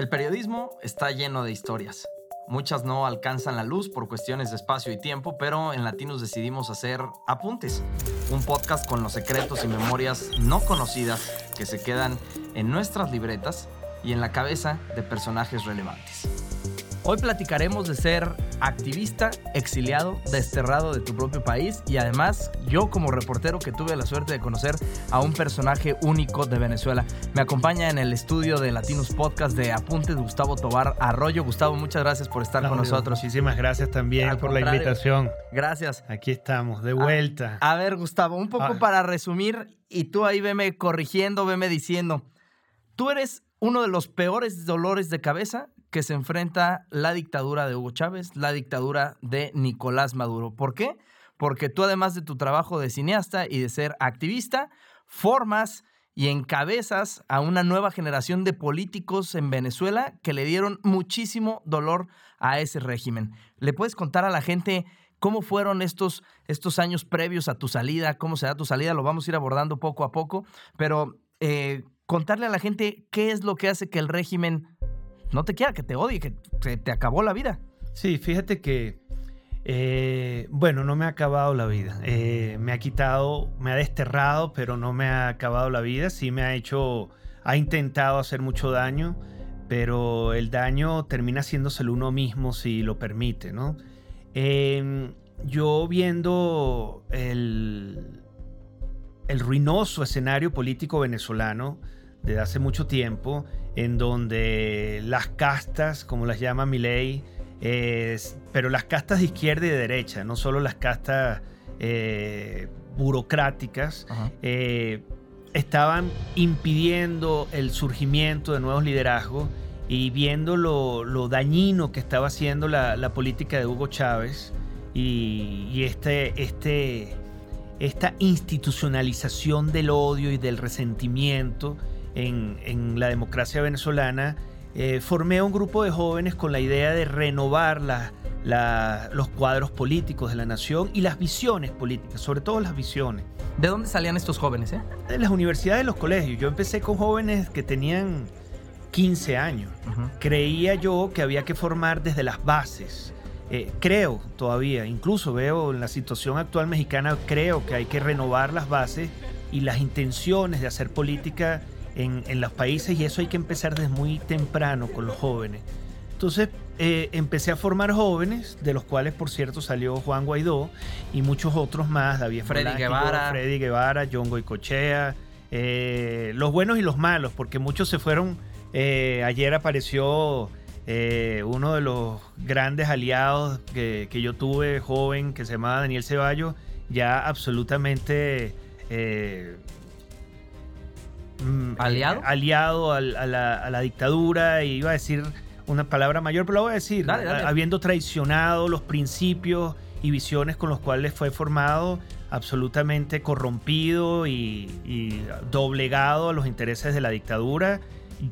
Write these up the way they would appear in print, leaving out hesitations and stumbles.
El periodismo está lleno de historias. Muchas no alcanzan la luz por cuestiones de espacio y tiempo, pero en Latinos decidimos hacer Apuntes, un podcast con los secretos y memorias no conocidas que se quedan en nuestras libretas y en la cabeza de personajes relevantes. Hoy platicaremos de ser activista, exiliado, desterrado de tu propio país y además yo como reportero que tuve la suerte de conocer a un personaje único de Venezuela. Me acompaña en el estudio de Latinos Podcast de Apuntes Gustavo Tobar Arroyo. Gustavo, muchas gracias por estar con nosotros. Muchísimas gracias también por la invitación. Gracias. Aquí estamos, de vuelta. A ver, Gustavo, un poco para resumir y tú ahí veme corrigiendo, veme diciendo. Tú eres uno de los peores dolores de cabeza que se enfrenta la dictadura de Hugo Chávez, la dictadura de Nicolás Maduro. ¿Por qué? Porque tú, además de tu trabajo de cineasta y de ser activista, formas y encabezas a una nueva generación de políticos en Venezuela que le dieron muchísimo dolor a ese régimen. ¿Le puedes contar a la gente cómo fueron estos años previos a tu salida? ¿Cómo será tu salida? Lo vamos a ir abordando poco a poco, pero contarle a la gente qué es lo que hace que el régimen no te quiera, que te odie, que te acabó la vida. Sí, fíjate que, no me ha acabado la vida. Me ha quitado, me ha desterrado, pero no me ha acabado la vida. Sí ha intentado hacer mucho daño, pero el daño termina haciéndoselo uno mismo si lo permite, ¿no? Yo viendo el ruinoso escenario político venezolano desde hace mucho tiempo, en donde las castas, como las llama Milei, pero las castas de izquierda y de derecha, no solo las castas burocráticas, estaban impidiendo el surgimiento de nuevos liderazgos y viendo lo dañino que estaba haciendo la política de Hugo Chávez y esta institucionalización del odio y del resentimiento en la democracia venezolana, formé un grupo de jóvenes con la idea de renovar los cuadros políticos de la nación y las visiones políticas, sobre todo las visiones. ¿De dónde salían estos jóvenes? De las universidades y los colegios. Yo empecé con jóvenes que tenían 15 años. Creía yo que había que formar desde las bases. Creo todavía, incluso veo en la situación actual mexicana, creo que hay que renovar las bases y las intenciones de hacer política en los países, y eso hay que empezar desde muy temprano con los jóvenes. Entonces empecé a formar jóvenes, de los cuales por cierto salió Juan Guaidó y muchos otros más, Freddy Guevara, John Goycochea, los buenos y los malos, porque muchos se fueron. Ayer apareció uno de los grandes aliados que yo tuve, joven, que se llamaba Daniel Ceballos, ya absolutamente aliado a la dictadura, y iba a decir una palabra mayor, pero la voy a decir. Dale. Habiendo traicionado los principios y visiones con los cuales fue formado, absolutamente corrompido y doblegado a los intereses de la dictadura, y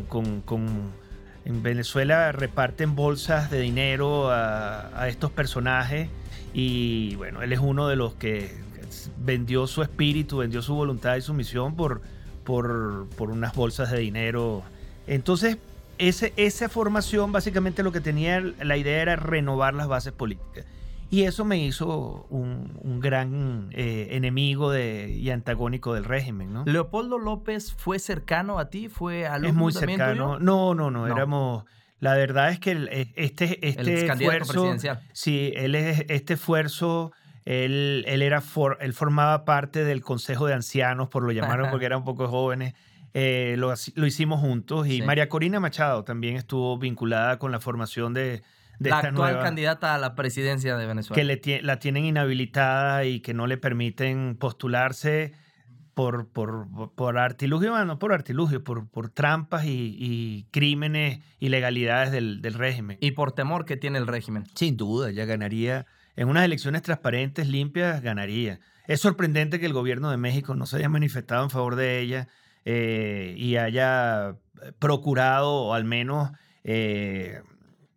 en Venezuela reparten bolsas de dinero a estos personajes, y bueno, él es uno de los que vendió su espíritu, vendió su voluntad y su misión por unas bolsas de dinero. Entonces, esa formación básicamente lo que tenía, la idea era renovar las bases políticas. Y eso me hizo un gran enemigo y antagónico del régimen, ¿no? ¿Leopoldo López fue cercano a ti? ¿Fue alumno? Es muy cercano. No. Éramos... La verdad es que el excandidato presidencial. Sí, este esfuerzo... Él formaba parte del Consejo de Ancianos, por lo llamaron, porque eran un poco jóvenes. Lo hicimos juntos. Y sí. María Corina Machado también estuvo vinculada con la formación de la esta actual nueva candidata a la presidencia de Venezuela. Que la tienen inhabilitada y que no le permiten postularse por artilugio, no por artilugio, por trampas y crímenes, ilegalidades del régimen. Y por temor que tiene el régimen. Sin duda, ella ganaría. En unas elecciones transparentes, limpias, ganaría. Es sorprendente que el gobierno de México no se haya manifestado en favor de ella y haya procurado, o al menos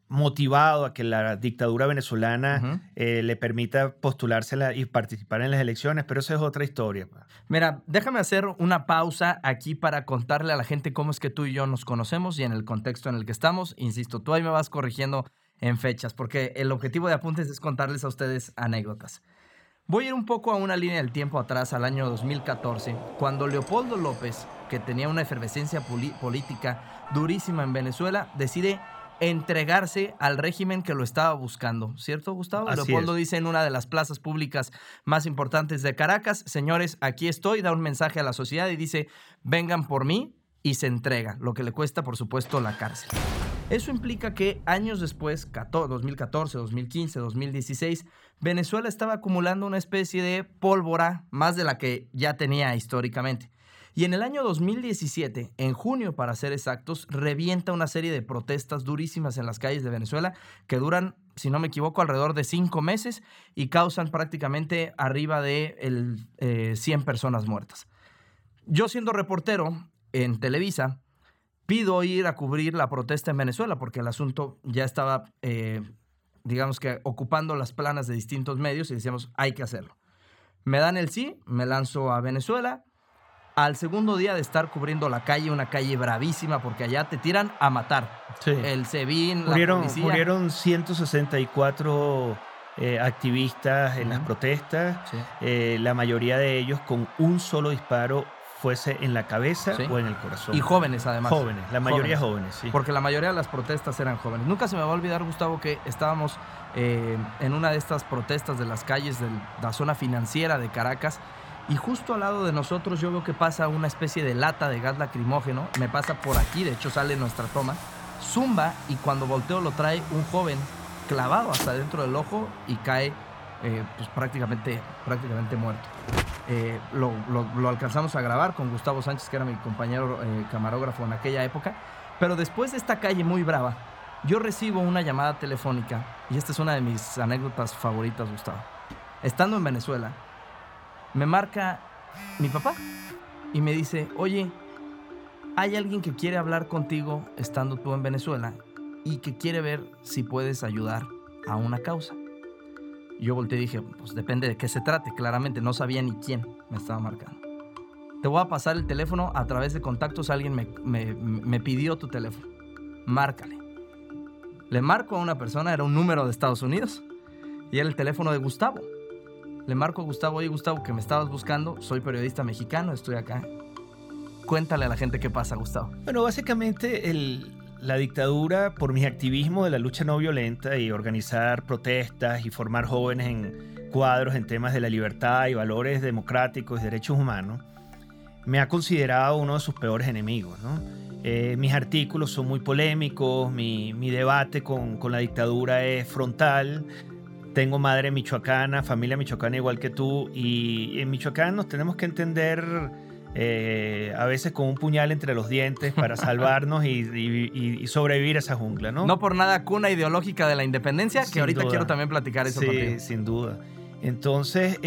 motivado a que la dictadura venezolana le permita postulársela y participar en las elecciones, pero eso es otra historia. Mira, déjame hacer una pausa aquí para contarle a la gente cómo es que tú y yo nos conocemos y en el contexto en el que estamos. Insisto, tú ahí me vas corrigiendo en fechas, porque el objetivo de Apuntes es contarles a ustedes anécdotas. Voy a ir un poco a una línea del tiempo atrás, al año 2014, cuando Leopoldo López, que tenía una efervescencia política durísima en Venezuela, decide entregarse al régimen que lo estaba buscando. ¿Cierto, Gustavo? Así Leopoldo es. dice en una de las plazas públicas más importantes de Caracas: señores, aquí estoy, da un mensaje a la sociedad y dice, vengan por mí, y se entrega, lo que le cuesta, por supuesto, la cárcel. Eso implica que años después, 2014, 2015, 2016, Venezuela estaba acumulando una especie de pólvora más de la que ya tenía históricamente. Y en el año 2017, en junio para ser exactos, revienta una serie de protestas durísimas en las calles de Venezuela que duran, si no me equivoco, alrededor de 5 meses y causan prácticamente arriba de 100 personas muertas. Yo, siendo reportero en Televisa, pido ir a cubrir la protesta en Venezuela porque el asunto ya estaba, digamos que, ocupando las planas de distintos medios y decíamos, hay que hacerlo. Me dan el sí, me lanzo a Venezuela. Al segundo día de estar cubriendo la calle, una calle bravísima, porque allá te tiran a matar. Sí. El SEBIN, la policía. Murieron 164 activistas en las protestas. Sí. La mayoría de ellos con un solo disparo, fuese en la cabeza o en el corazón. Y jóvenes, además. Jóvenes, la mayoría jóvenes, sí. Porque la mayoría de las protestas eran jóvenes. Nunca se me va a olvidar, Gustavo, que estábamos en una de estas protestas de las calles de la zona financiera de Caracas. Y justo al lado de nosotros yo veo que pasa una especie de lata de gas lacrimógeno. Me pasa por aquí, de hecho sale nuestra toma. Zumba, y cuando volteo lo trae un joven clavado hasta dentro del ojo y cae pues prácticamente muerto. Lo alcanzamos a grabar con Gustavo Sánchez, que era mi compañero camarógrafo en aquella época. Pero después de esta calle muy brava, yo recibo una llamada telefónica, y esta es una de mis anécdotas favoritas, Gustavo. Estando en Venezuela, me marca mi papá y me dice, oye, hay alguien que quiere hablar contigo estando tú en Venezuela y que quiere ver si puedes ayudar a una causa. Yo volteé y dije, pues depende de qué se trate. Claramente no sabía ni quién me estaba marcando. Te voy a pasar el teléfono a través de contactos. Alguien me pidió tu teléfono. Márcale. Le marco a una persona, era un número de Estados Unidos, y era el teléfono de Gustavo. Le marco a Gustavo, oye Gustavo, que me estabas buscando, soy periodista mexicano, estoy acá. Cuéntale a la gente qué pasa, Gustavo. Bueno, básicamente la dictadura, por mi activismo de la lucha no violenta y organizar protestas y formar jóvenes en cuadros en temas de la libertad y valores democráticos y derechos humanos, me ha considerado uno de sus peores enemigos, ¿no? Mis artículos son muy polémicos, mi debate con la dictadura es frontal. Tengo madre michoacana, familia michoacana igual que tú, y en Michoacán nos tenemos que entender a veces con un puñal entre los dientes para salvarnos y sobrevivir a esa jungla, ¿no? No por nada cuna ideológica de la independencia, que sin ahorita duda. Quiero también platicar eso contigo. Sí, sin duda. Entonces,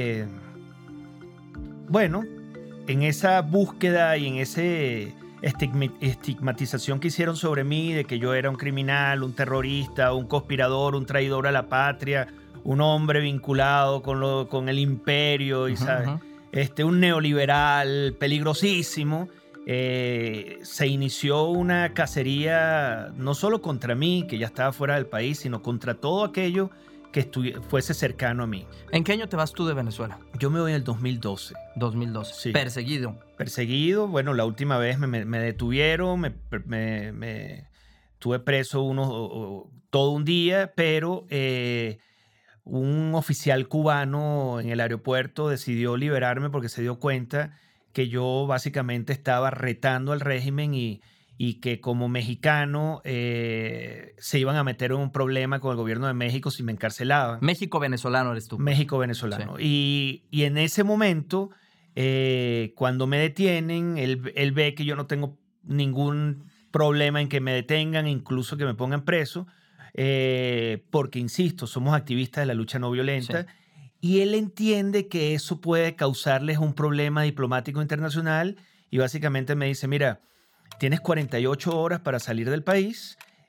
bueno, en esa búsqueda y en ese estigmatización que hicieron sobre mí de que yo era un criminal, un terrorista, un conspirador, un traidor a la patria, un hombre vinculado con el imperio y ¿sabes? Un neoliberal peligrosísimo, se inició una cacería no solo contra mí, que ya estaba fuera del país, sino contra todo aquello que fuese cercano a mí. ¿En qué año te vas tú de Venezuela? Yo me voy en el 2012. 2012. Sí. Perseguido. Bueno, la última vez me detuvieron, tuve preso todo un día, pero un oficial cubano en el aeropuerto decidió liberarme porque se dio cuenta que yo básicamente estaba retando al régimen y que como mexicano se iban a meter en un problema con el gobierno de México si me encarcelaban. México-venezolano eres tú. México-venezolano. Sí. Y en ese momento, cuando me detienen, él ve que yo no tengo ningún problema en que me detengan, incluso que me pongan preso, porque, insisto, somos activistas de la lucha no violenta. Sí. Y él entiende que eso puede causarles un problema diplomático internacional y básicamente me dice, mira, tienes 48 horas para salir del país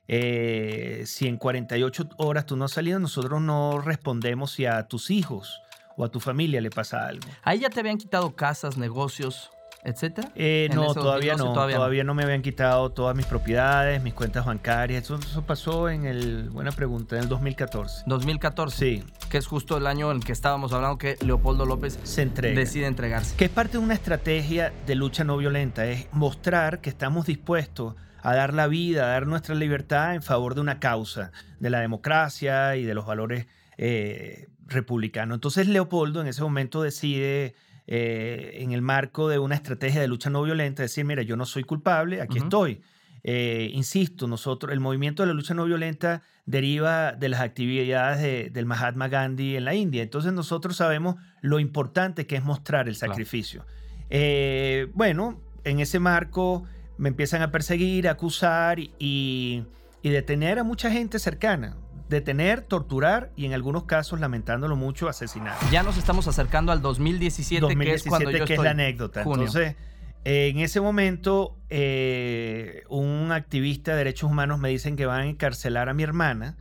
Si en 48 horas tú no has salido, nosotros no respondemos si a tus hijos o a tu familia le pasa algo. ¿Ahí ya te habían quitado casas, negocios, etcétera? No, todavía no me habían quitado todas mis propiedades, mis cuentas bancarias. Eso pasó buena pregunta, en el 2014. 2014. Sí. Que es justo el año en el que estábamos hablando que Leopoldo López decide entregarse. Que es parte de una estrategia de lucha no violenta, es mostrar que estamos dispuestos a dar la vida, a dar nuestra libertad en favor de una causa, de la democracia y de los valores republicanos. Entonces Leopoldo en ese momento decide, en el marco de una estrategia de lucha no violenta, decir, mira, yo no soy culpable, aquí estoy. Insisto, el movimiento de la lucha no violenta deriva de las actividades del Mahatma Gandhi en la India. Entonces nosotros sabemos lo importante que es mostrar el sacrificio. Bueno, en ese marco me empiezan a perseguir, a acusar y detener a mucha gente cercana. Detener, torturar y en algunos casos, lamentándolo mucho, asesinar. Ya nos estamos acercando al 2017, que es cuando yo estoy. Que es la anécdota. Junio. Entonces, en ese momento, un activista de derechos humanos me dicen que van a encarcelar a mi hermana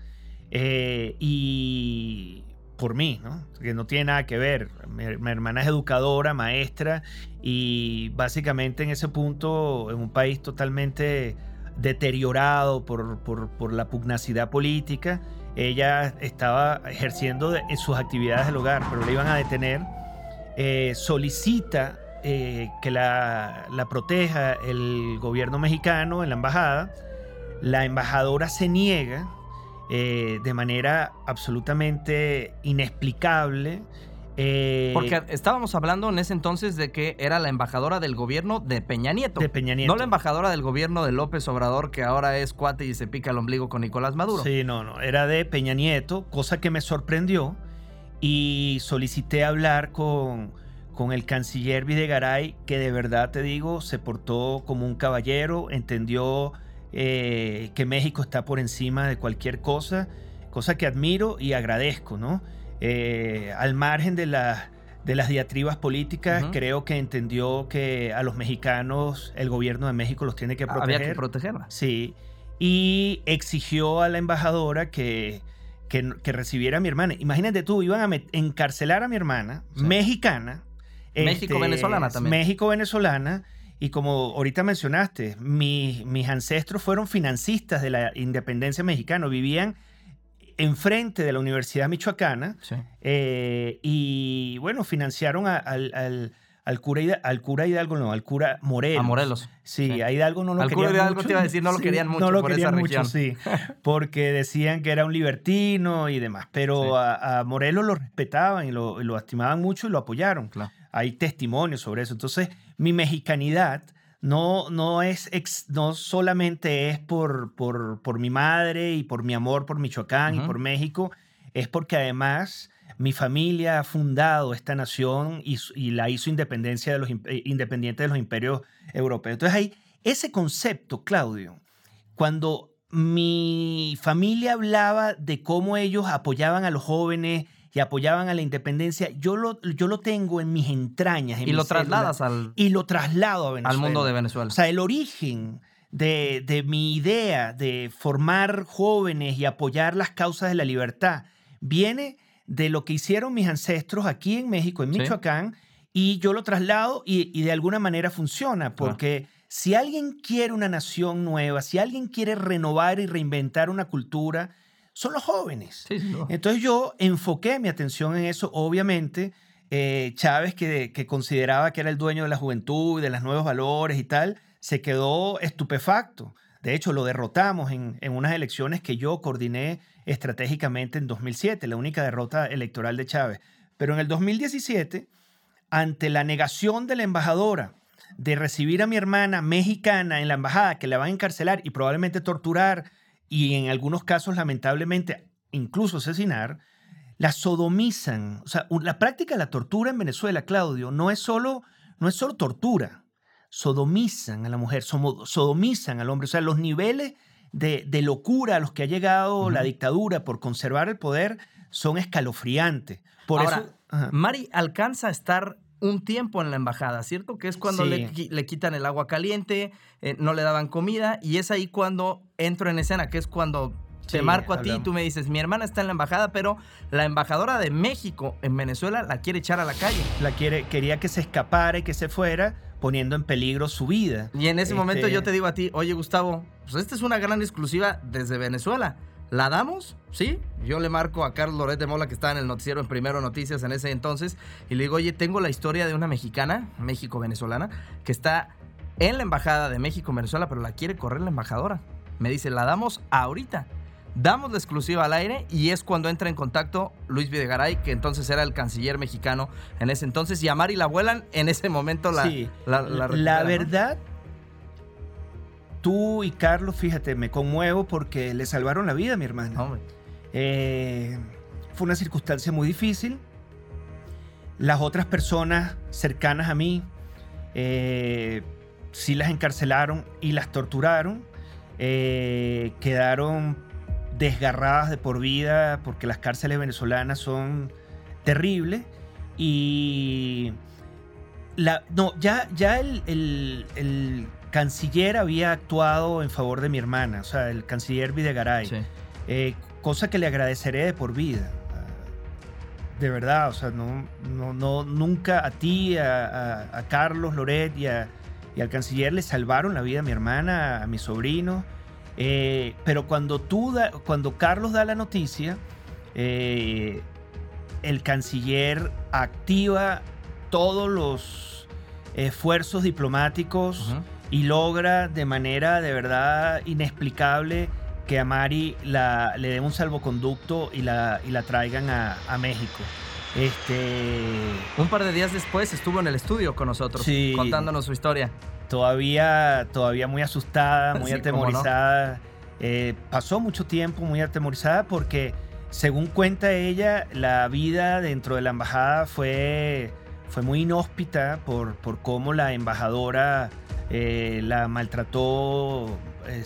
y por mí, ¿no? Que no tiene nada que ver. Mi hermana es educadora, maestra y básicamente en ese punto, en un país totalmente deteriorado por la pugnacidad política, ella estaba ejerciendo sus actividades del hogar, pero la iban a detener. Solicita que la proteja el gobierno mexicano en la embajada. La embajadora se niega de manera absolutamente inexplicable. Porque estábamos hablando en ese entonces de que era la embajadora del gobierno de Peña Nieto. De Peña Nieto. No la embajadora del gobierno de López Obrador, que ahora es cuate y se pica el ombligo con Nicolás Maduro. Sí, no, era de Peña Nieto, cosa que me sorprendió y solicité hablar con el canciller Videgaray, que de verdad te digo, se portó como un caballero, entendió que México está por encima de cualquier cosa que admiro y agradezco, ¿no? Al margen de las diatribas políticas, creo que entendió que a los mexicanos el gobierno de México los tiene que proteger. Había que protegerla. Sí, y exigió a la embajadora que recibiera a mi hermana. Imagínate tú, iban a encarcelar a mi hermana, mexicana. México-venezolana también. México-venezolana. Y como ahorita mencionaste, mis ancestros fueron financistas de la independencia mexicana, vivían enfrente de la Universidad Michoacana, sí. Y bueno, financiaron al cura Hidalgo, no, al cura Morelos. A Morelos. Sí, a Hidalgo no lo querían mucho. Al cura Hidalgo te iba a decir, no lo querían mucho no lo por querían esa mucho, región. sí, porque decían que era un libertino y demás, pero sí. a Morelos lo respetaban y lo estimaban mucho y lo apoyaron. Claro. Hay testimonios sobre eso. Entonces, mi mexicanidad no solamente es por mi madre y por mi amor por Michoacán y por México, es porque además mi familia ha fundado esta nación y la hizo independiente de los imperios europeos. Entonces hay ese concepto, Claudio, cuando mi familia hablaba de cómo ellos apoyaban a los jóvenes y apoyaban a la independencia, yo lo tengo en mis entrañas. Y lo trasladas y lo traslado a Venezuela. Al mundo de Venezuela. O sea, el origen de mi idea de formar jóvenes y apoyar las causas de la libertad viene de lo que hicieron mis ancestros aquí en México, en Michoacán, y yo lo traslado y de alguna manera funciona, porque si alguien quiere una nación nueva, si alguien quiere renovar y reinventar una cultura, son los jóvenes. Sí, no. Entonces yo enfoqué mi atención en eso. Obviamente, Chávez, que consideraba que era el dueño de la juventud y de los nuevos valores y tal, se quedó estupefacto. De hecho, lo derrotamos en unas elecciones que yo coordiné estratégicamente en 2007, la única derrota electoral de Chávez. Pero en el 2017, ante la negación de la embajadora de recibir a mi hermana mexicana en la embajada, que la van a encarcelar y probablemente torturar, y en algunos casos, lamentablemente, incluso asesinar, la sodomizan. O sea, la práctica de la tortura en Venezuela, Claudio, no es solo tortura. Sodomizan a la mujer, sodomizan al hombre. O sea, los niveles de locura a los que ha llegado la dictadura por conservar el poder son escalofriantes. Por Ahora, eso, Mari alcanza a estar un tiempo en la embajada, ¿cierto? Que es cuando le quitan el agua caliente, no le daban comida, y es ahí cuando entro en escena, que es cuando te marco a ti y tú me dices, mi hermana está en la embajada, pero la embajadora de México en Venezuela la quiere echar a la calle. Quería que se escapara y que se fuera, poniendo en peligro su vida. Y en ese momento yo te digo a ti, oye, Gustavo, pues esta es una gran exclusiva desde Venezuela. ¿La damos? ¿Sí? Yo le marco a Carlos Loret de Mola, que estaba en el noticiero en Primero Noticias en ese entonces, y le digo, oye, tengo la historia de una mexicana, México-venezolana, que está en la embajada de México en Venezuela, pero la quiere correr la embajadora. Me dice, la damos ahorita. Damos la exclusiva al aire y es cuando entra en contacto Luis Videgaray, que entonces era el canciller mexicano en ese entonces, y a Mari la vuelan en ese momento la verdad, ¿no? Tú y Carlos, fíjate, me conmuevo porque le salvaron la vida a mi hermana. Fue una circunstancia muy difícil. Las otras personas cercanas a mí sí las encarcelaron y las torturaron. Quedaron desgarradas de por vida porque las cárceles venezolanas son terribles. Y el canciller había actuado en favor de mi hermana, o sea, el canciller Videgaray, cosa que le agradeceré de por vida, de verdad. O sea, nunca a ti, a Carlos Loret y al canciller le salvaron la vida a mi hermana, a mi sobrino. Pero cuando Carlos da la noticia, el canciller activa todos los esfuerzos diplomáticos y logra de manera de verdad inexplicable que a Mari le den un salvoconducto y la traigan a México. Un par de días después estuvo en el estudio con nosotros, contándonos su historia. Todavía muy asustada, muy atemorizada. No. Pasó mucho tiempo muy atemorizada porque, según cuenta ella, la vida dentro de la embajada fue muy inhóspita por cómo la embajadora la maltrató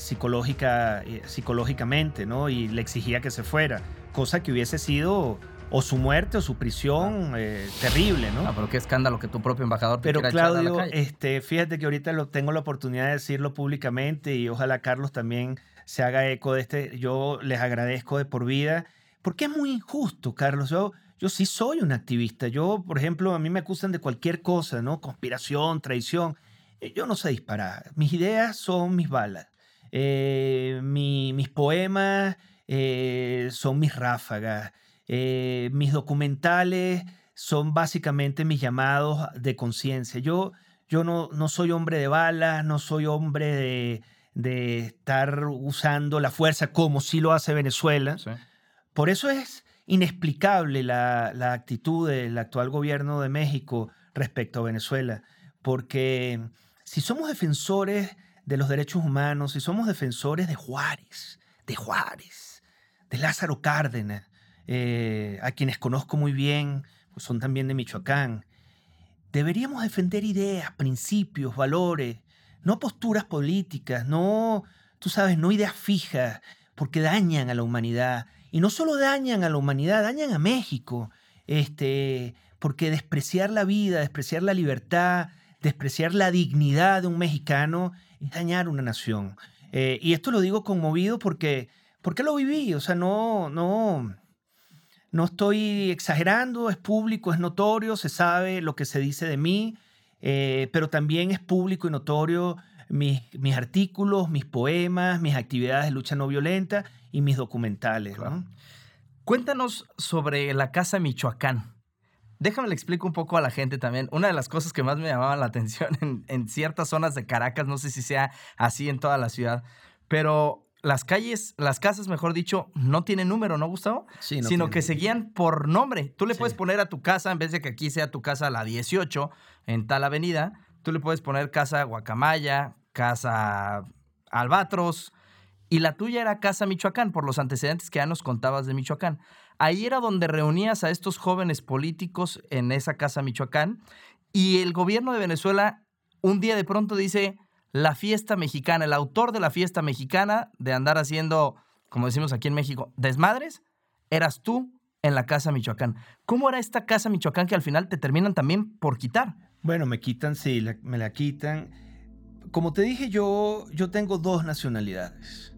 psicológicamente, ¿no? Y le exigía que se fuera, cosa que hubiese sido o su muerte o su prisión terrible, ¿no? Pero qué escándalo que tu propio embajador te quiera Claudio, echar a la calle. Fíjate que ahorita tengo la oportunidad de decirlo públicamente y ojalá Carlos también se haga eco de yo les agradezco de por vida, porque es muy injusto, Carlos. Yo sí soy un activista. Yo, por ejemplo, a mí me acusan de cualquier cosa, ¿no? Conspiración, traición. Yo no sé disparar. Mis ideas son mis balas. Mis poemas son mis ráfagas. Mis documentales son básicamente mis llamados de conciencia. Yo no soy hombre de balas, no soy hombre de estar usando la fuerza como sí lo hace Venezuela. Sí. Por eso es inexplicable la actitud del actual gobierno de México respecto a Venezuela, porque si somos defensores de los derechos humanos, si somos defensores de Juárez, de Lázaro Cárdenas, a quienes conozco muy bien, pues son también de Michoacán, deberíamos defender ideas, principios, valores, no posturas políticas, no ideas fijas, porque dañan a la humanidad. Y no solo dañan a la humanidad, dañan a México, porque despreciar la vida, despreciar la libertad, despreciar la dignidad de un mexicano es dañar una nación. Y esto lo digo conmovido porque lo viví. O sea, no estoy exagerando, es público, es notorio, se sabe lo que se dice de mí, pero también es público y notorio mis artículos, mis poemas, mis actividades de lucha no violenta y mis documentales. Claro. ¿No? Cuéntanos sobre la Casa Michoacán. Déjame le explico un poco a la gente también. Una de las cosas que más me llamaban la atención en ciertas zonas de Caracas, no sé si sea así en toda la ciudad, pero las casas, mejor dicho, no tienen número, ¿no, Gustavo? Sí, no sino que seguían por nombre. Tú le puedes poner a tu casa, en vez de que aquí sea tu casa la 18 en tal avenida, tú le puedes poner Casa Guacamaya, Casa Albatros, y la tuya era Casa Michoacán, por los antecedentes que ya nos contabas de Michoacán. Ahí era donde reunías a estos jóvenes políticos en esa Casa Michoacán, y el gobierno de Venezuela un día de pronto dice, la fiesta mexicana, el autor de la fiesta mexicana, de andar haciendo, como decimos aquí en México, desmadres, eras tú en la Casa Michoacán. ¿Cómo era esta Casa Michoacán que al final te terminan también por quitar? Bueno, me quitan, sí, me la quitan. Como te dije, yo tengo 2 nacionalidades.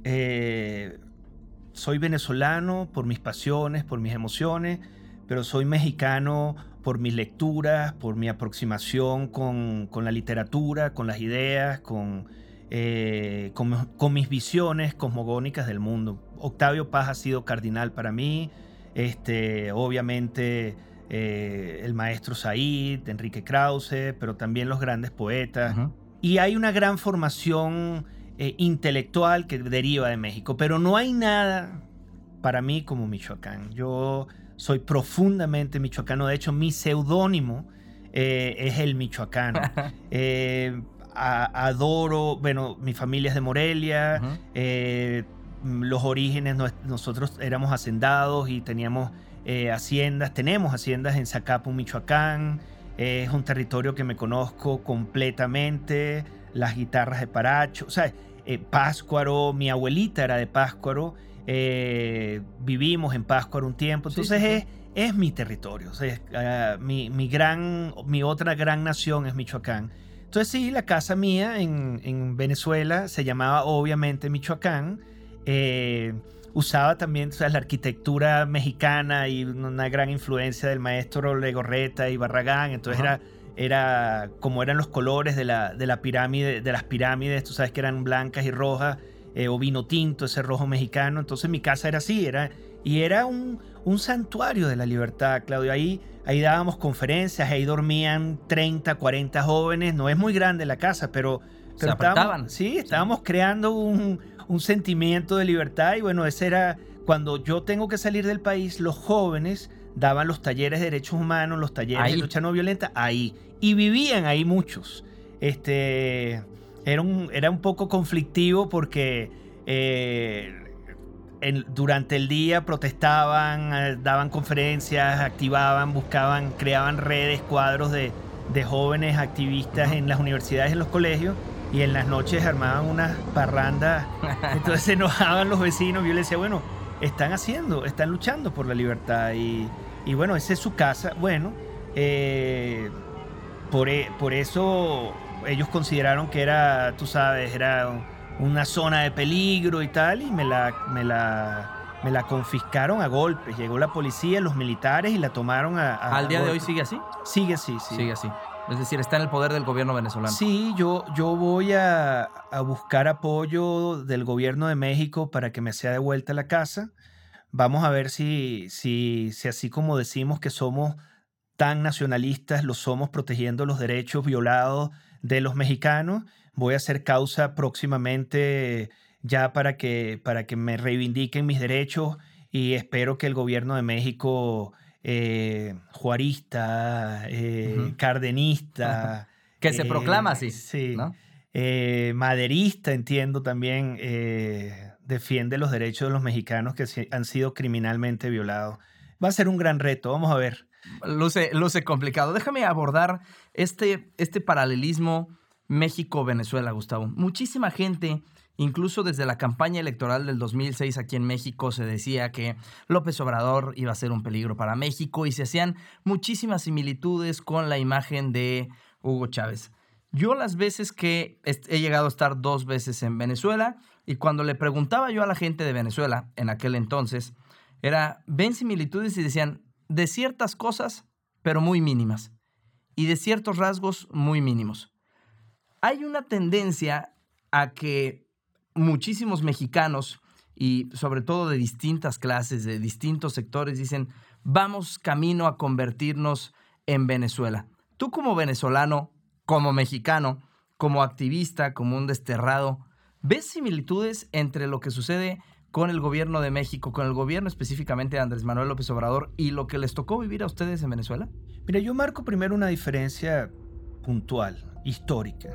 Soy venezolano por mis pasiones, por mis emociones, pero soy mexicano por mis lecturas, por mi aproximación con la literatura, con las ideas, con mis visiones cosmogónicas del mundo. Octavio Paz ha sido cardinal para mí, obviamente el maestro Said, Enrique Krause, pero también los grandes poetas. Uh-huh. Y hay una gran formación intelectual que deriva de México, pero no hay nada para mí como Michoacán. Yo soy profundamente michoacano, de hecho mi seudónimo es el michoacano. Adoro, bueno, mi familia es de Morelia, uh-huh. Los orígenes, nosotros éramos hacendados y teníamos tenemos haciendas en Zacapu, Michoacán. Es un territorio que me conozco completamente, las guitarras de Paracho, o sea, Pátzcuaro, mi abuelita era de Pátzcuaro, vivimos en Pátzcuaro un tiempo, entonces sí. Es mi territorio, o sea, mi otra gran nación es Michoacán. Entonces sí, la casa mía en Venezuela se llamaba obviamente Michoacán, usaba también, o sea, la arquitectura mexicana y una gran influencia del maestro Legorreta y Barragán, entonces uh-huh. era como eran los colores de la pirámide, de las pirámides, tú sabes que eran blancas y rojas, o vino tinto, ese rojo mexicano, entonces mi casa era así, era un santuario de la libertad, Claudio. Ahí dábamos conferencias, ahí dormían 30, 40 jóvenes, no es muy grande la casa, pero se apretaban. Estábamos creando un sentimiento de libertad y bueno, ese era cuando yo tengo que salir del país, los jóvenes daban los talleres de derechos humanos, los talleres de lucha no violenta, ahí, y vivían ahí muchos. Era un poco conflictivo porque durante el día protestaban, daban conferencias, activaban, buscaban, creaban redes, cuadros de jóvenes activistas en las universidades, en los colegios, y en las noches armaban unas parrandas, entonces se enojaban los vecinos, y yo les decía, bueno, están luchando por la libertad, y bueno, esa es su casa. Bueno, por eso ellos consideraron que era, tú sabes, era una zona de peligro y tal, y me la confiscaron a golpes. Llegó la policía, los militares, y la tomaron ¿Al día de hoy sigue así? Sigue así, sí. Sigue así. Es decir, está en el poder del gobierno venezolano. Sí, yo voy a buscar apoyo del gobierno de México para que me sea devuelta la casa. Vamos a ver si así como decimos que somos tan nacionalistas, lo somos protegiendo los derechos violados de los mexicanos. Voy a hacer causa próximamente ya para que me reivindiquen mis derechos, y espero que el gobierno de México, juarista, uh-huh. cardenista, que se proclama así, sí, ¿no? Maderista, entiendo también, defiende los derechos de los mexicanos que han sido criminalmente violados. Va a ser un gran reto, vamos a ver. Luce complicado. Déjame abordar este paralelismo México-Venezuela, Gustavo. Muchísima gente, incluso desde la campaña electoral del 2006 aquí en México, se decía que López Obrador iba a ser un peligro para México y se hacían muchísimas similitudes con la imagen de Hugo Chávez. Yo las veces que he llegado a estar 2 veces en Venezuela, y cuando le preguntaba yo a la gente de Venezuela en aquel entonces, ven similitudes, y decían de ciertas cosas, pero muy mínimas, y de ciertos rasgos muy mínimos. Hay una tendencia a que muchísimos mexicanos, y sobre todo de distintas clases, de distintos sectores, dicen, vamos camino a convertirnos en Venezuela. Tú como venezolano, como mexicano, como activista, como un desterrado, ¿ves similitudes entre lo que sucede con el gobierno de México, con el gobierno específicamente de Andrés Manuel López Obrador, y lo que les tocó vivir a ustedes en Venezuela? Mira, yo marco primero una diferencia puntual, histórica.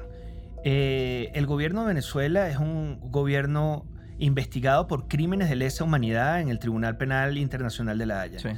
El gobierno de Venezuela es un gobierno investigado por crímenes de lesa humanidad en el Tribunal Penal Internacional de La Haya. Sí.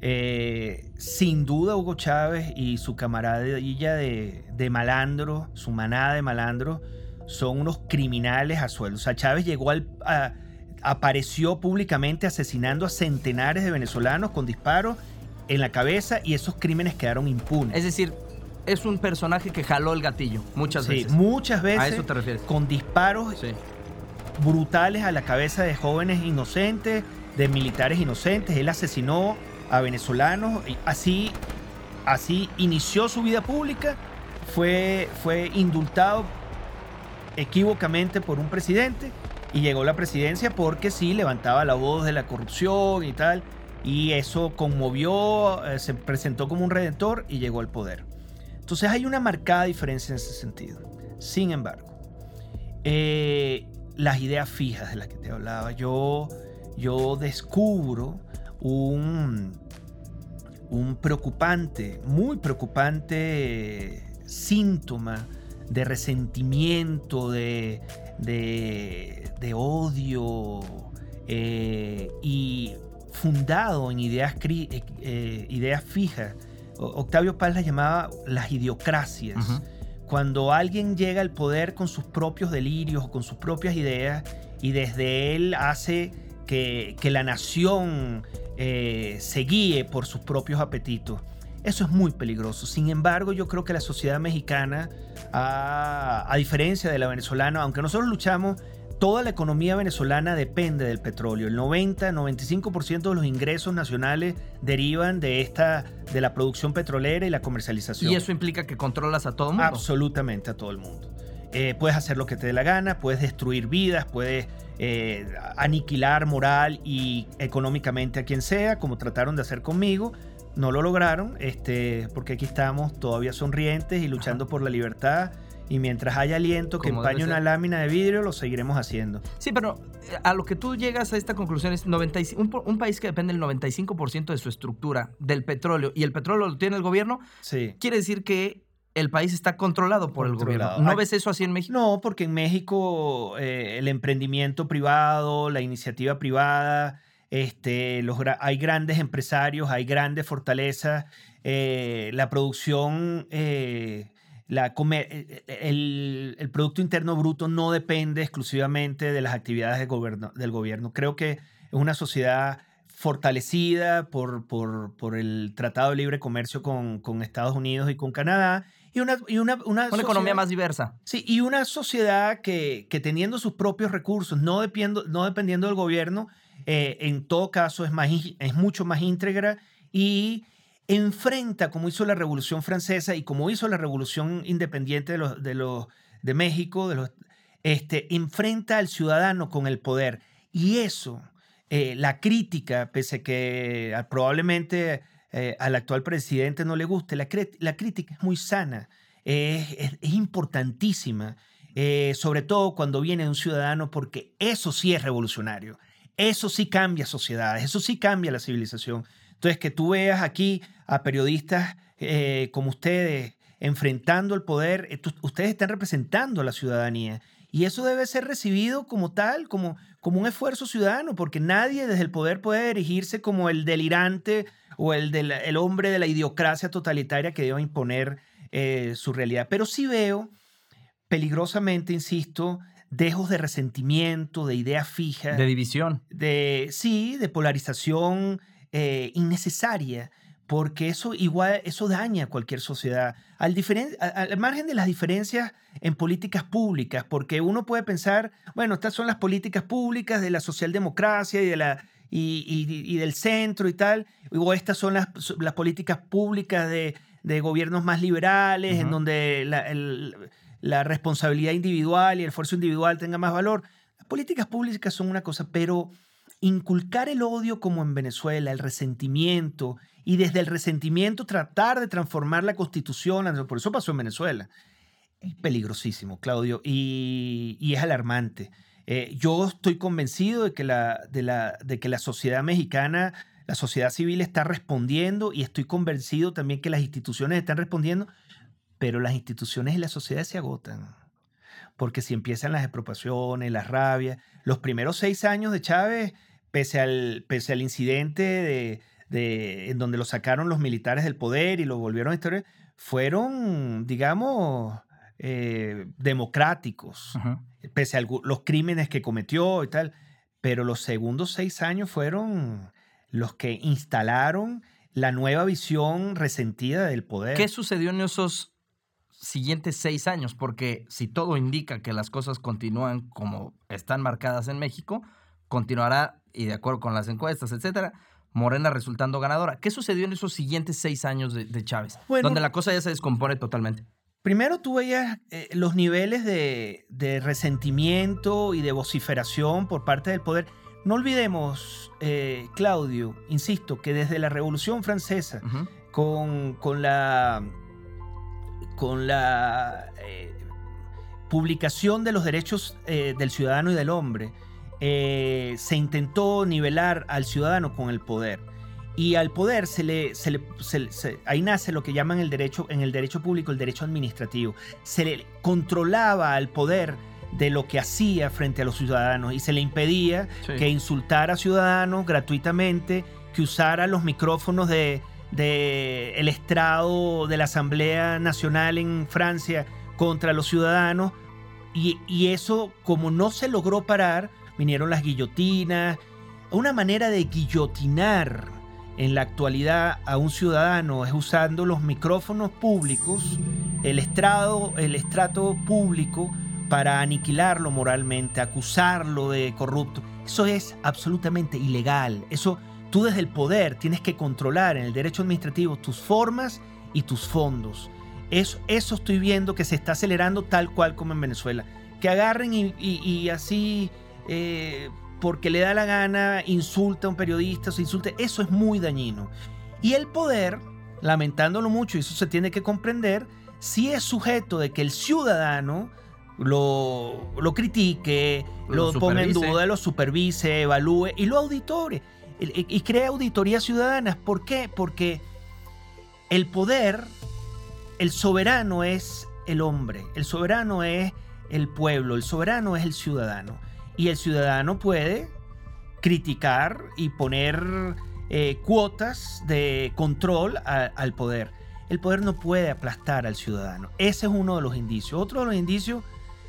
Sin duda Hugo Chávez y su camaradilla de malandro, su manada de malandros, son unos criminales a sueldo. O sea, Chávez llegó apareció públicamente asesinando a centenares de venezolanos con disparos en la cabeza y esos crímenes quedaron impunes. Es decir, es un personaje que jaló el gatillo muchas veces. Sí, muchas veces. ¿A eso te refieres? Con disparos brutales a la cabeza de jóvenes inocentes, de militares inocentes. Él asesinó a venezolanos. Y así inició su vida pública. Fue indultado equívocamente por un presidente y llegó a la presidencia porque sí levantaba la voz de la corrupción y tal. Y eso conmovió, se presentó como un redentor y llegó al poder. Entonces hay una marcada diferencia en ese sentido. Sin embargo, las ideas fijas de las que te hablaba, yo descubro un preocupante, muy preocupante síntoma de resentimiento, de odio y fundado en ideas fijas. Octavio Paz las llamaba las idiocracias. Uh-huh. Cuando alguien llega al poder con sus propios delirios o con sus propias ideas y desde él hace que la nación se guíe por sus propios apetitos. Eso es muy peligroso. Sin embargo, yo creo que la sociedad mexicana, a diferencia de la venezolana, aunque nosotros luchamos, toda la economía venezolana depende del petróleo. El 90-95% de los ingresos nacionales derivan de la producción petrolera y la comercialización. ¿Y eso implica que controlas a todo el mundo? Absolutamente a todo el mundo. Puedes hacer lo que te dé la gana, puedes destruir vidas, puedes aniquilar moral y económicamente a quien sea, como trataron de hacer conmigo. No lo lograron, porque aquí estamos todavía sonrientes y luchando por la libertad. Y mientras haya aliento que empañe una lámina de vidrio, lo seguiremos haciendo. Sí, pero a lo que tú llegas a esta conclusión es un país que depende del 95% de su estructura del petróleo y el petróleo lo tiene el gobierno, sí. Quiere decir que el país está controlado por el gobierno. ¿No ves eso así en México? No, porque en México el emprendimiento privado, la iniciativa privada, hay grandes empresarios, hay grandes fortalezas, la producción... el Producto Interno Bruto no depende exclusivamente de las actividades del gobierno. Creo que es una sociedad fortalecida por el Tratado de Libre Comercio con Estados Unidos y con Canadá. Y una economía más diversa. Sí, y una sociedad que teniendo sus propios recursos, no dependiendo del gobierno, en todo caso es mucho más íntegra y enfrenta, como hizo la Revolución Francesa y como hizo la Revolución Independiente de México, enfrenta al ciudadano con el poder. Y eso, la crítica, pese a que probablemente al actual presidente no le guste, la crítica es muy sana, es importantísima, sobre todo cuando viene de un ciudadano, porque eso sí es revolucionario, eso sí cambia sociedades, eso sí cambia la civilización. Entonces, que tú veas aquí a periodistas como ustedes enfrentando el poder, ustedes están representando a la ciudadanía. Y eso debe ser recibido como tal, como un esfuerzo ciudadano, porque nadie desde el poder puede erigirse como el delirante o el hombre de la idiocracia totalitaria que deba imponer su realidad. Pero sí veo, peligrosamente, insisto, dejos de resentimiento, de ideas fijas. De división. De polarización innecesaria, porque eso daña a cualquier sociedad, al margen de las diferencias en políticas públicas, porque uno puede pensar, bueno, estas son las políticas públicas de la socialdemocracia y del centro y tal, o estas son las políticas públicas de gobiernos más liberales, uh-huh, en donde la responsabilidad individual y el esfuerzo individual tenga más valor. Las políticas públicas son una cosa, pero inculcar el odio como en Venezuela, el resentimiento, y desde el resentimiento tratar de transformar la Constitución, por eso pasó en Venezuela, es peligrosísimo, Claudio, y es alarmante. Yo estoy convencido de que la sociedad mexicana, la sociedad civil está respondiendo, y estoy convencido también que las instituciones están respondiendo, pero las instituciones y la sociedad se agotan. Porque si empiezan las expropiaciones, las rabias, los primeros 6 años de Chávez, pese al incidente en donde lo sacaron los militares del poder y lo volvieron a historia, fueron, digamos, democráticos, uh-huh, pese a los crímenes que cometió y tal. pero los segundos 6 años fueron los que instalaron la nueva visión resentida del poder. ¿Qué sucedió en esos siguientes 6 años? Porque si todo indica que las cosas continúan como están marcadas en México, continuará, y de acuerdo con las encuestas, etcétera, Morena resultando ganadora. ¿Qué sucedió en esos siguientes 6 años de Chávez? Bueno, donde la cosa ya se descompone totalmente. Primero tú veías los niveles de resentimiento y de vociferación por parte del poder. No olvidemos, Claudio, insisto, que desde la Revolución Francesa, con la publicación de los derechos del ciudadano y del hombre, se intentó nivelar al ciudadano con el poder. Y al poder ahí nace lo que llaman en el derecho público el derecho administrativo. Se le controlaba al poder de lo que hacía frente a los ciudadanos y se le impedía que insultara a ciudadanos gratuitamente, que usara los micrófonos del estrado de la Asamblea Nacional en Francia contra los ciudadanos. Y eso, como no se logró parar, vinieron las guillotinas. Una manera de guillotinar en la actualidad a un ciudadano es usando los micrófonos públicos, el estrato público, para aniquilarlo moralmente, acusarlo de corrupto. Eso es absolutamente ilegal. Eso tú desde el poder tienes que controlar en el derecho administrativo tus formas y tus fondos. Eso estoy viendo que se está acelerando tal cual como en Venezuela. Que agarren y así... porque le da la gana, insulta a un periodista, eso es muy dañino. Y el poder, lamentándolo mucho, y eso se tiene que comprender, sí es sujeto de que el ciudadano lo critique, lo ponga en duda, lo supervise, evalúe y lo auditore. Y crea auditorías ciudadanas. ¿Por qué? Porque el poder, el soberano es el hombre, el soberano es el pueblo, el soberano es el ciudadano. Y el ciudadano puede criticar y poner cuotas de control al poder. El poder no puede aplastar al ciudadano. Ese es uno de los indicios. Otro de los indicios,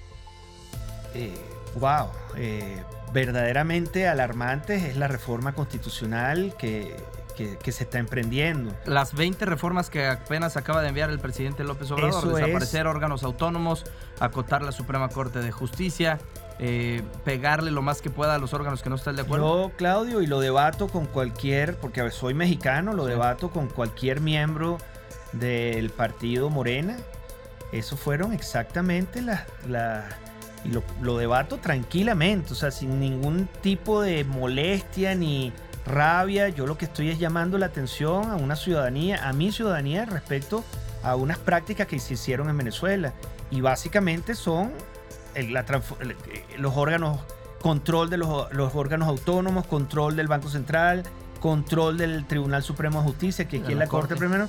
verdaderamente alarmantes, es la reforma constitucional que se está emprendiendo. Las 20 reformas que apenas acaba de enviar el presidente López Obrador. Desaparecer órganos autónomos, acotar la Suprema Corte de Justicia, pegarle lo más que pueda a los órganos que no están de acuerdo. Yo, Claudio, y lo debato con cualquier, porque soy mexicano, debato con cualquier miembro del partido Morena. Eso fueron exactamente y lo debato tranquilamente, o sea, sin ningún tipo de molestia ni rabia. Yo lo que estoy es llamando la atención a mi ciudadanía respecto a unas prácticas que se hicieron en Venezuela. Y básicamente son los órganos, control de los órganos autónomos, control del Banco Central, control del Tribunal Supremo de Justicia, que aquí en la Corte primero,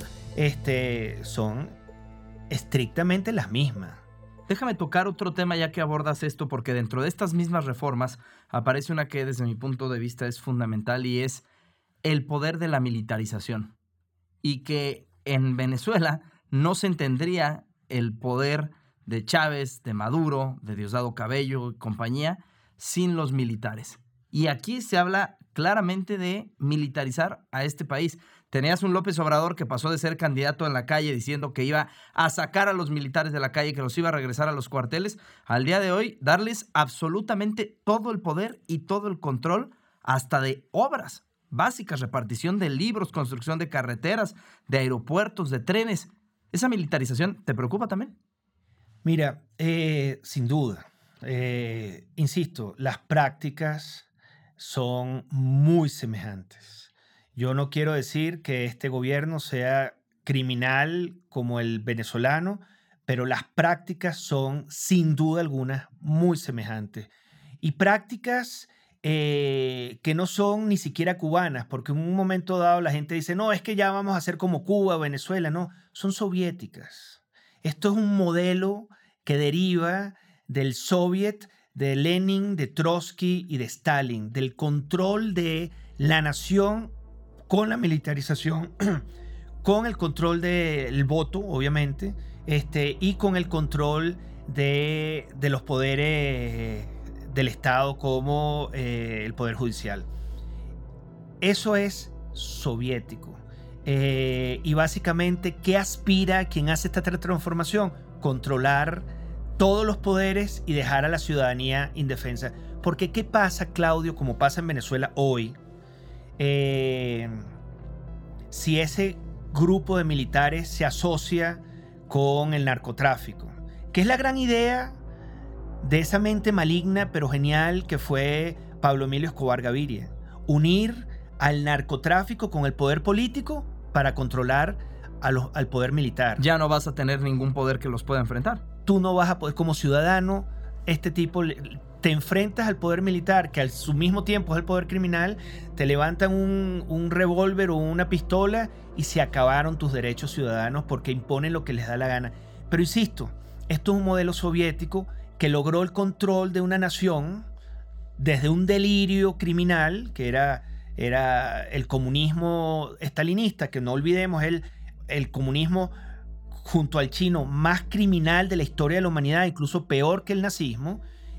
son estrictamente las mismas. Déjame tocar otro tema ya que abordas esto, porque dentro de estas mismas reformas aparece una que desde mi punto de vista es fundamental y es el poder de la militarización. Y que en Venezuela no se entendería el poder de Chávez, de Maduro, de Diosdado Cabello y compañía sin los militares. Y aquí se habla claramente de militarizar a este país. Tenías un López Obrador que pasó de ser candidato en la calle diciendo que iba a sacar a los militares de la calle, que los iba a regresar a los cuarteles, al día de hoy darles absolutamente todo el poder y todo el control, hasta de obras básicas, repartición de libros, construcción de carreteras, de aeropuertos, de trenes. ¿Esa militarización te preocupa también? Mira, sin duda. Insisto, las prácticas son muy semejantes. Yo no quiero decir que este gobierno sea criminal como el venezolano, pero las prácticas son, sin duda alguna, muy semejantes. Y prácticas que no son ni siquiera cubanas, porque en un momento dado la gente dice, no, es que ya vamos a hacer como Cuba o Venezuela. No, son soviéticas. Esto es un modelo que deriva del soviet, de Lenin, de Trotsky y de Stalin, del control de la nación con la militarización, con el control del voto, obviamente, y con el control de los poderes del Estado como el Poder Judicial. Eso es soviético. Y básicamente, ¿qué aspira quien hace esta transformación? Controlar todos los poderes y dejar a la ciudadanía indefensa. Porque ¿qué pasa, Claudio, como pasa en Venezuela hoy? Si ese grupo de militares se asocia con el narcotráfico, que es la gran idea de esa mente maligna pero genial que fue Pablo Emilio Escobar Gaviria: unir al narcotráfico con el poder político para controlar al poder militar. Ya no vas a tener ningún poder que los pueda enfrentar. Tú no vas a poder, como ciudadano, este tipo, te enfrentas al poder militar, que al su mismo tiempo es el poder criminal, te levantan un revólver o una pistola y se acabaron tus derechos ciudadanos porque imponen lo que les da la gana. Pero insisto, esto es un modelo soviético que logró el control de una nación desde un delirio criminal, que era el comunismo estalinista, que no olvidemos, el comunismo junto al chino más criminal de la historia de la humanidad, incluso peor que el nazismo,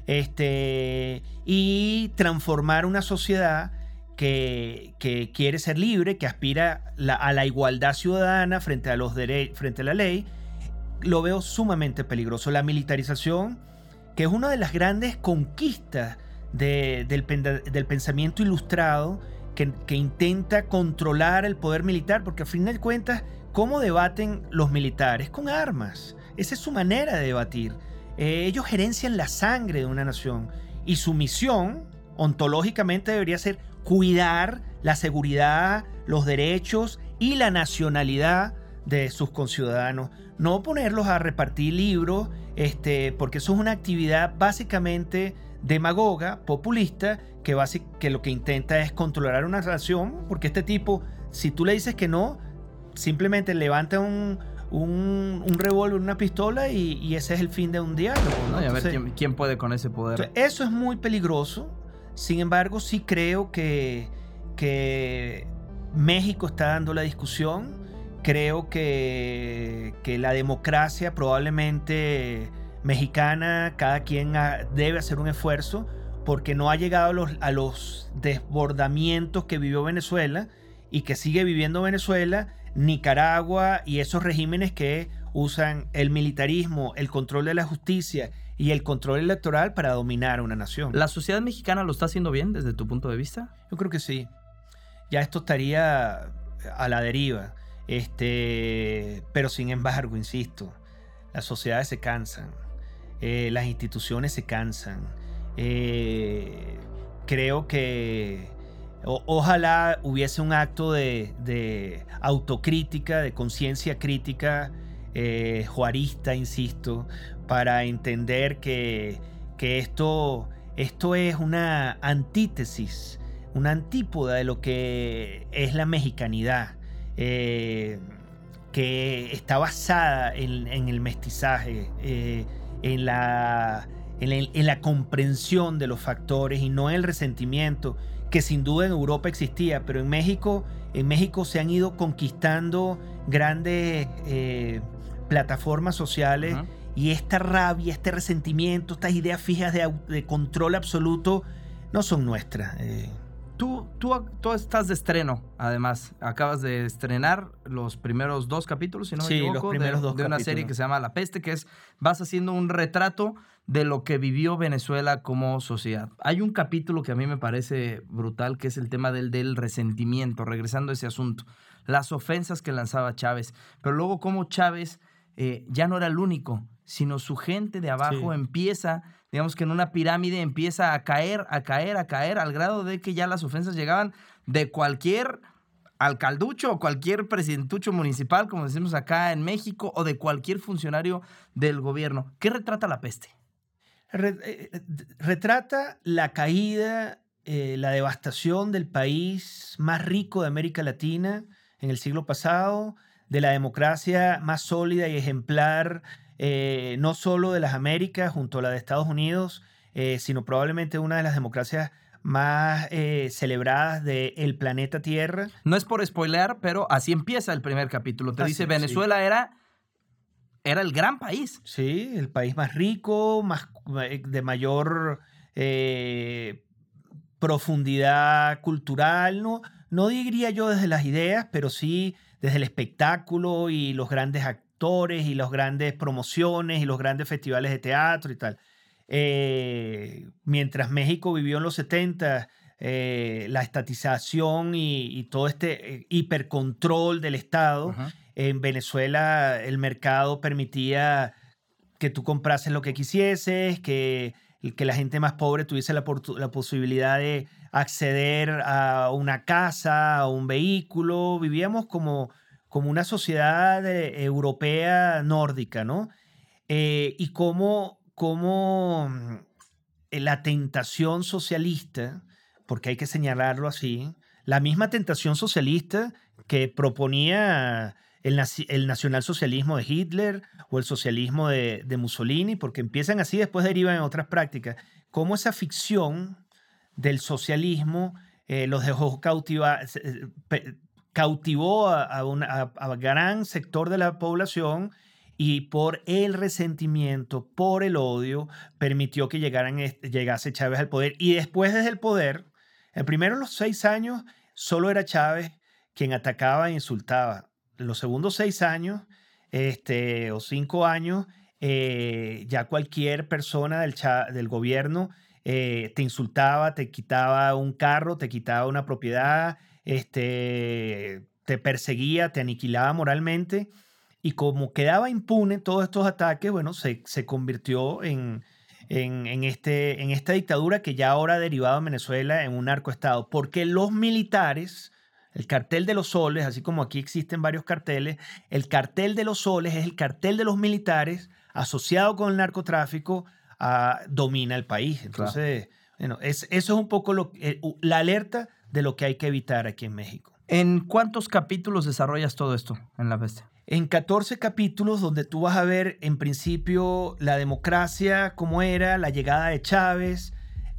y transformar una sociedad que quiere ser libre, que aspira a la igualdad ciudadana frente a la ley. Lo veo sumamente peligroso. La militarización, que es una de las grandes conquistas del pensamiento ilustrado, que intenta controlar el poder militar, porque a fin de cuentas, ¿cómo debaten los militares? Con armas. Esa es su manera de debatir. Ellos gerencian la sangre de una nación y su misión ontológicamente debería ser cuidar la seguridad, los derechos y la nacionalidad de sus conciudadanos. No ponerlos a repartir libros, porque eso es una actividad básicamente demagoga, populista, que lo que intenta es controlar una nación, porque este tipo, si tú le dices que no, simplemente levanta un revólver, una pistola y ese es el fin de un diálogo, ¿no? Y a ver quién puede con ese poder. Entonces, eso es muy peligroso. Sin embargo, sí creo que México está dando la discusión. Creo que la democracia probablemente mexicana, cada quien debe hacer un esfuerzo, porque no ha llegado a los desbordamientos que vivió Venezuela y que sigue viviendo Venezuela, Nicaragua y esos regímenes que usan el militarismo, el control de la justicia y el control electoral para dominar a una nación. ¿La sociedad mexicana lo está haciendo bien desde tu punto de vista? Yo creo que sí. Ya esto estaría a la deriva. Pero sin embargo, insisto, las sociedades se cansan, las instituciones se cansan. Creo que ojalá hubiese un acto de autocrítica, de conciencia crítica, juarista, insisto, para entender que esto es una antítesis, una antípoda de lo que es la mexicanidad, que está basada en el mestizaje, en la comprensión de los factores y no en el resentimiento, que sin duda en Europa existía, pero en México se han ido conquistando grandes plataformas sociales. Uh-huh. Y esta rabia, este resentimiento, estas ideas fijas de control absoluto no son nuestras. Tú estás de estreno, además. Acabas de estrenar los primeros 2 capítulos, si no me equivoco, los primeros 2 de una serie que se llama La Peste, que vas haciendo un retrato de lo que vivió Venezuela como sociedad. Hay un capítulo que a mí me parece brutal, que es el tema del resentimiento, regresando a ese asunto. Las ofensas que lanzaba Chávez, pero luego cómo Chávez ya no era el único, sino su gente de abajo empieza, digamos que en una pirámide empieza a caer, al grado de que ya las ofensas llegaban de cualquier alcalducho o cualquier presidentucho municipal, como decimos acá en México, o de cualquier funcionario del gobierno. ¿Qué retrata La Peste? Retrata la caída, la devastación del país más rico de América Latina en el siglo pasado, de la democracia más sólida y ejemplar, no solo de las Américas junto a la de Estados Unidos, sino probablemente una de las democracias más celebradas del planeta Tierra. No es por spoilear, pero así empieza el primer capítulo. Te dice, Venezuela era el gran país. Sí, el país más rico, de mayor profundidad cultural, no diría yo desde las ideas, pero sí desde el espectáculo y los grandes actores y las grandes promociones y los grandes festivales de teatro y tal. Mientras México vivió en los 70, la estatización y todo este hipercontrol del Estado, uh-huh. En Venezuela el mercado permitía que tú comprases lo que quisieses, que la gente más pobre tuviese la posibilidad de acceder a una casa, a un vehículo. Vivíamos como una sociedad europea nórdica, ¿no? Y cómo la tentación socialista, porque hay que señalarlo así, la misma tentación socialista que proponía el nacionalsocialismo de Hitler o el socialismo de Mussolini, porque empiezan así, después derivan en otras prácticas, cómo esa ficción del socialismo los dejó cautivó a gran sector de la población, y por el resentimiento, por el odio, permitió que llegase Chávez al poder. Y después, desde el poder, en primero los 6 años, solo era Chávez quien atacaba e insultaba. En los segundos 6 años o 5 años, ya cualquier persona del gobierno te insultaba, te quitaba un carro, te quitaba una propiedad, te perseguía, te aniquilaba moralmente. Y como quedaba impune todos estos ataques, bueno, se convirtió en esta dictadura que ya ahora ha derivado en Venezuela en un narcoestado. Porque los militares, el cartel de los soles, así como aquí existen varios carteles, el cartel de los soles es el cartel de los militares asociado con el narcotráfico, domina el país. Entonces, claro. Bueno, eso es un poco la alerta de lo que hay que evitar aquí en México. ¿En cuántos capítulos desarrollas todo esto en La Bestia? En 14 capítulos, donde tú vas a ver en principio la democracia, cómo era, la llegada de Chávez.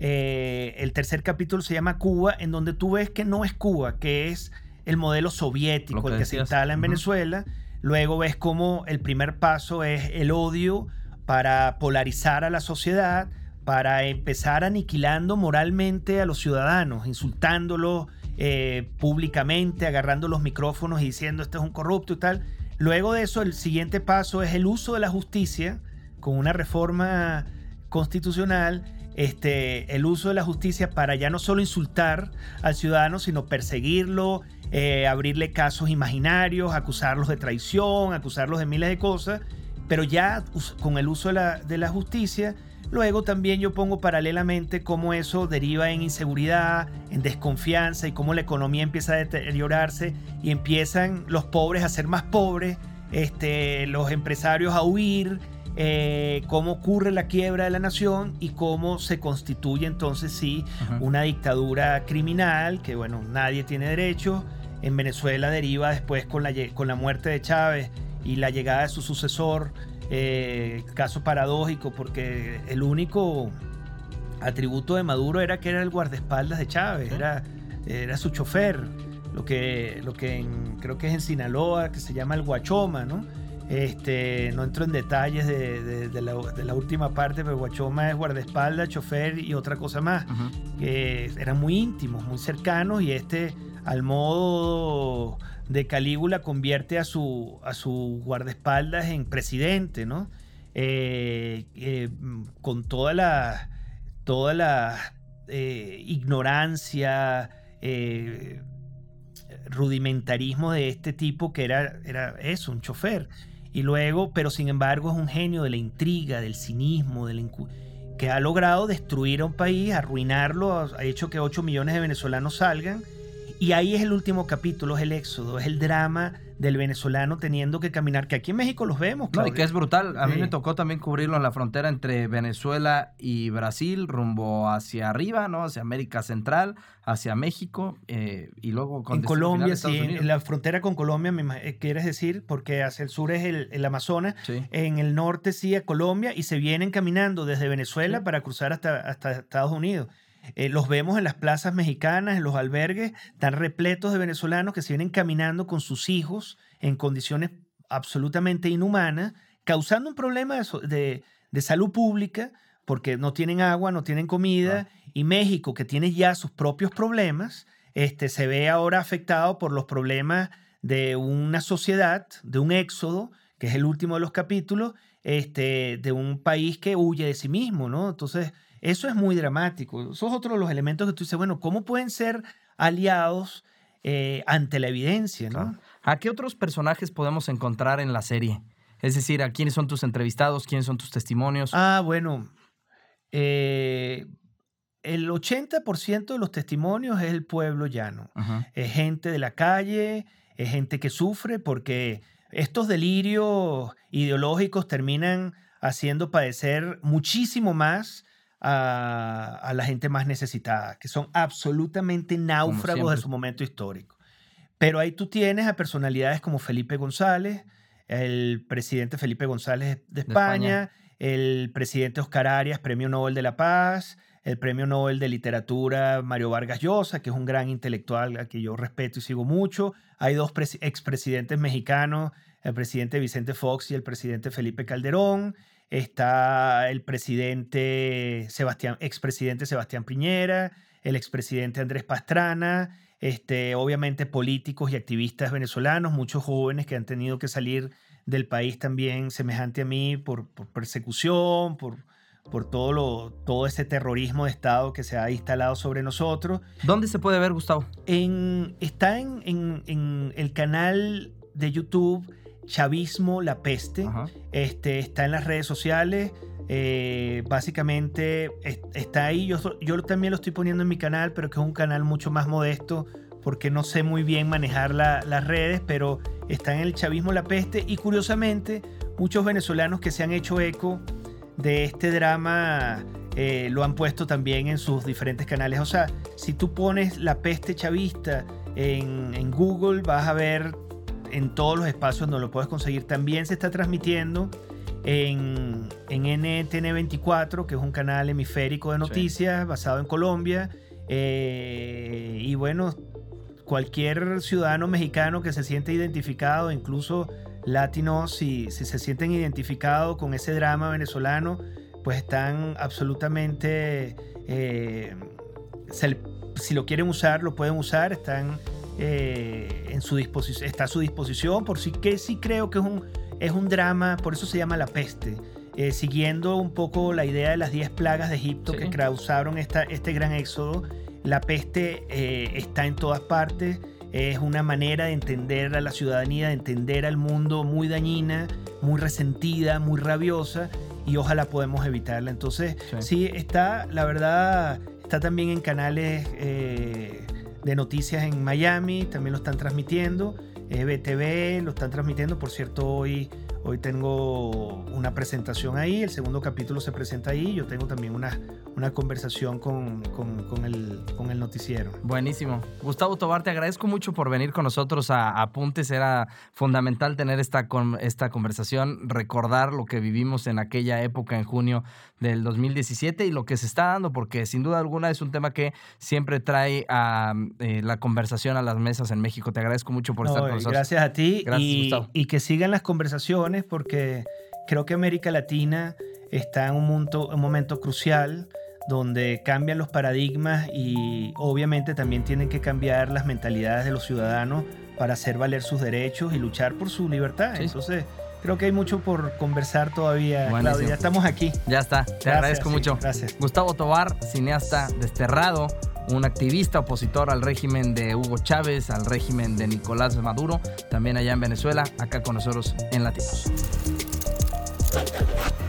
El tercer capítulo se llama Cuba, en donde tú ves que no es Cuba, que es el modelo soviético, el que se instala en Venezuela. Luego ves cómo el primer paso es el odio para polarizar a la sociedad, para empezar aniquilando moralmente a los ciudadanos, insultándolos públicamente, agarrando los micrófonos y diciendo este es un corrupto y tal. Luego de eso, el siguiente paso es el uso de la justicia con una reforma constitucional, el uso de la justicia para ya no solo insultar al ciudadano, sino perseguirlo, abrirle casos imaginarios, acusarlos de traición, acusarlos de miles de cosas, pero ya con el uso de la justicia. Luego también yo pongo paralelamente cómo eso deriva en inseguridad, en desconfianza y cómo la economía empieza a deteriorarse y empiezan los pobres a ser más pobres, los empresarios a huir, cómo ocurre la quiebra de la nación y cómo se constituye entonces sí una dictadura criminal que bueno, nadie tiene derecho. En Venezuela deriva después con la muerte de Chávez y la llegada de su sucesor. Caso paradójico porque el único atributo de Maduro era que era el guardaespaldas de Chávez, era su chofer, lo que creo que es en Sinaloa, que se llama el Guachoma, ¿no? No entro en detalles de la última parte, pero Guachoma es guardaespaldas, chofer y otra cosa más, que eran muy íntimos, muy cercanos, y al modo de Calígula convierte a su guardaespaldas en presidente, ¿no? Con toda la ignorancia, rudimentarismo de este tipo que era eso, un chofer. Y luego, pero sin embargo es un genio de la intriga, del cinismo, que ha logrado destruir a un país, arruinarlo, ha hecho que 8 millones de venezolanos salgan. Y ahí es el último capítulo, es el éxodo, es el drama del venezolano teniendo que caminar, que aquí en México los vemos, Claudio. No, y que es brutal. A mí me tocó también cubrirlo en la frontera entre Venezuela y Brasil, rumbo hacia arriba, ¿no? Hacia América Central, hacia México, y luego con en Colombia, sí, en la frontera con Colombia, quieres decir, porque hacia el sur es el Amazonas, sí. En el norte sí a Colombia, y se vienen caminando desde Venezuela para cruzar hasta Estados Unidos. Los vemos en las plazas mexicanas, en los albergues, tan repletos de venezolanos que se vienen caminando con sus hijos en condiciones absolutamente inhumanas, causando un problema de salud pública, porque no tienen agua, no tienen comida, y México, que tiene ya sus propios problemas, se ve ahora afectado por los problemas de una sociedad, de un éxodo, que es el último de los capítulos, de un país que huye de sí mismo, ¿no? Entonces, eso es muy dramático. Eso es otro de los elementos que tú dices, bueno, ¿cómo pueden ser aliados ante la evidencia, ¿no? Claro. ¿A qué otros personajes podemos encontrar en la serie? Es decir, ¿a quiénes son tus entrevistados? ¿Quiénes son tus testimonios? Bueno, el 80% de los testimonios es el pueblo llano. Uh-huh. Es gente de la calle, es gente que sufre porque estos delirios ideológicos terminan haciendo padecer muchísimo más a la gente más necesitada, que son absolutamente náufragos de su momento histórico. Pero ahí tú tienes a personalidades como Felipe González, el presidente Felipe González de España, el presidente Oscar Arias, Premio Nobel de la Paz, el Premio Nobel de Literatura Mario Vargas Llosa, que es un gran intelectual al que yo respeto y sigo mucho. Hay dos expresidentes mexicanos, el presidente Vicente Fox y el presidente Felipe Calderón. Está el expresidente Sebastián Piñera, el expresidente Andrés Pastrana, obviamente políticos y activistas venezolanos, muchos jóvenes que han tenido que salir del país también semejante a mí por persecución, por todo ese terrorismo de Estado que se ha instalado sobre nosotros. ¿Dónde se puede ver, Gustavo? Está en el canal de YouTube Chavismo La Peste. Uh-huh. Está en las redes sociales. Básicamente está ahí. Yo también lo estoy poniendo en mi canal, pero que es un canal mucho más modesto porque no sé muy bien manejar las redes, pero está en el Chavismo La Peste. Y curiosamente, muchos venezolanos que se han hecho eco de este drama lo han puesto también en sus diferentes canales. O sea, si tú pones La Peste Chavista en Google, vas a ver en todos los espacios donde lo puedes conseguir. También se está transmitiendo en NTN 24, que es un canal hemisférico de noticias basado en Colombia. Y bueno, cualquier ciudadano mexicano que se siente identificado, incluso latinos, si se sienten identificados con ese drama venezolano, pues están absolutamente... si lo quieren usar, lo pueden usar, están... está a su disposición, por sí que sí creo que es un drama, por eso se llama La Peste, siguiendo un poco la idea de las 10 plagas de Egipto que causaron este gran éxodo. La peste está en todas partes, es una manera de entender a la ciudadanía, de entender al mundo muy dañina, muy resentida, muy rabiosa, y ojalá podemos evitarla. Entonces sí está, la verdad, está también en canales de noticias en Miami, también lo están transmitiendo, BTV lo están transmitiendo. Por cierto, hoy tengo una presentación ahí, el segundo capítulo se presenta ahí, yo tengo también una conversación con el noticiero. Buenísimo. Gustavo Tobar, te agradezco mucho por venir con nosotros a Apuntes. Era fundamental tener esta conversación, recordar lo que vivimos en aquella época, en junio del 2017, y lo que se está dando, porque sin duda alguna es un tema que siempre trae a la conversación a las mesas en México. Te agradezco mucho por estar con nosotros. Gracias a ti. Gracias, Gustavo. Y que sigan las conversaciones, porque creo que América Latina está en un momento crucial donde cambian los paradigmas y obviamente también tienen que cambiar las mentalidades de los ciudadanos para hacer valer sus derechos y luchar por su libertad. Sí. Entonces, creo que hay mucho por conversar todavía. Buenísimo. Claudio, ya estamos aquí. Ya está. Te agradezco mucho. Gracias. Gustavo Tobar, cineasta desterrado, un activista opositor al régimen de Hugo Chávez, al régimen de Nicolás Maduro, también allá en Venezuela, acá con nosotros en Latinos.